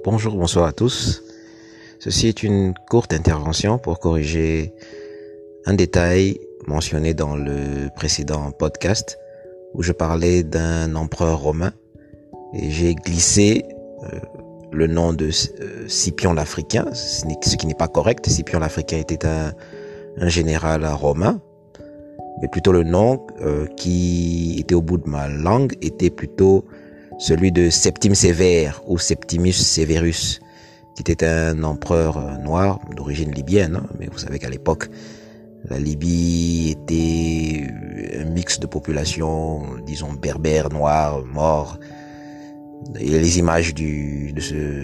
Bonjour, bonsoir à tous. Ceci est une courte intervention pour corriger un détail mentionné dans le précédent podcast où je parlais d'un empereur romain et j'ai glissé le nom de Scipion l'Africain, ce qui n'est pas correct. Scipion l'Africain était un général romain, mais plutôt le nom qui était au bout de ma langue était plutôt celui de Septime Sévère ou Septimus Severus, qui était un empereur noir d'origine libyenne, mais vous savez qu'à l'époque, la Libye était un mix de populations, disons, berbères, noirs, morts. Et les images de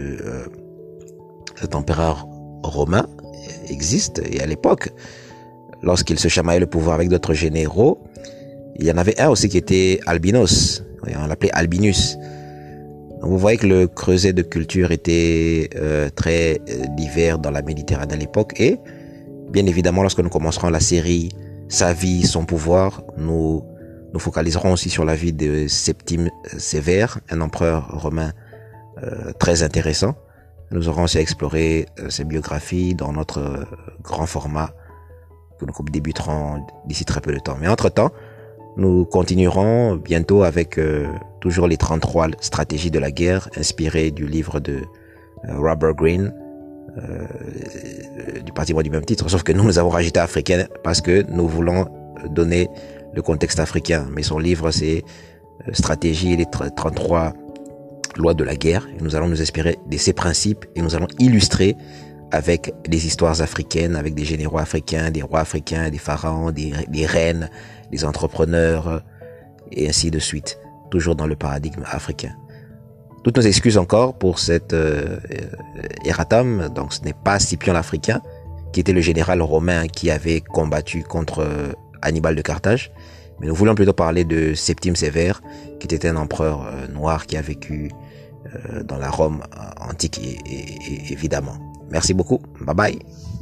cet empereur romain existent. Et à l'époque, lorsqu'il se chamaillait le pouvoir avec d'autres généraux, il y en avait un aussi qui était albinos. On l'appelait Albinus. Donc vous voyez que le creuset de culture était très divers dans la Méditerranée à l'époque. Et bien évidemment, lorsque nous commencerons la série Sa vie, son pouvoir, nous focaliserons aussi sur la vie de Septime Sévère, un empereur romain très intéressant. Nous aurons aussi exploré ses biographies dans notre grand format que nous débuterons d'ici très peu de temps. Mais entre-temps, nous continuerons bientôt avec toujours les 33 stratégies de la guerre inspirées du livre de Robert Greene, du patrimoine du même titre, sauf que nous avons rajouté africain parce que nous voulons donner le contexte africain. Mais son livre, c'est Stratégie et les 33 lois de la guerre. Et nous allons nous inspirer de ces principes et nous allons illustrer avec des histoires africaines, avec des généraux africains, des rois africains, des pharaons, des reines, des entrepreneurs, et ainsi de suite. Toujours dans le paradigme africain. Toutes nos excuses encore pour cet erratum. Donc ce n'est pas Scipion l'Africain, qui était le général romain qui avait combattu contre Hannibal de Carthage. Mais nous voulons plutôt parler de Septime Sévère, qui était un empereur noir qui a vécu dans la Rome antique, évidemment. Merci beaucoup. Bye bye.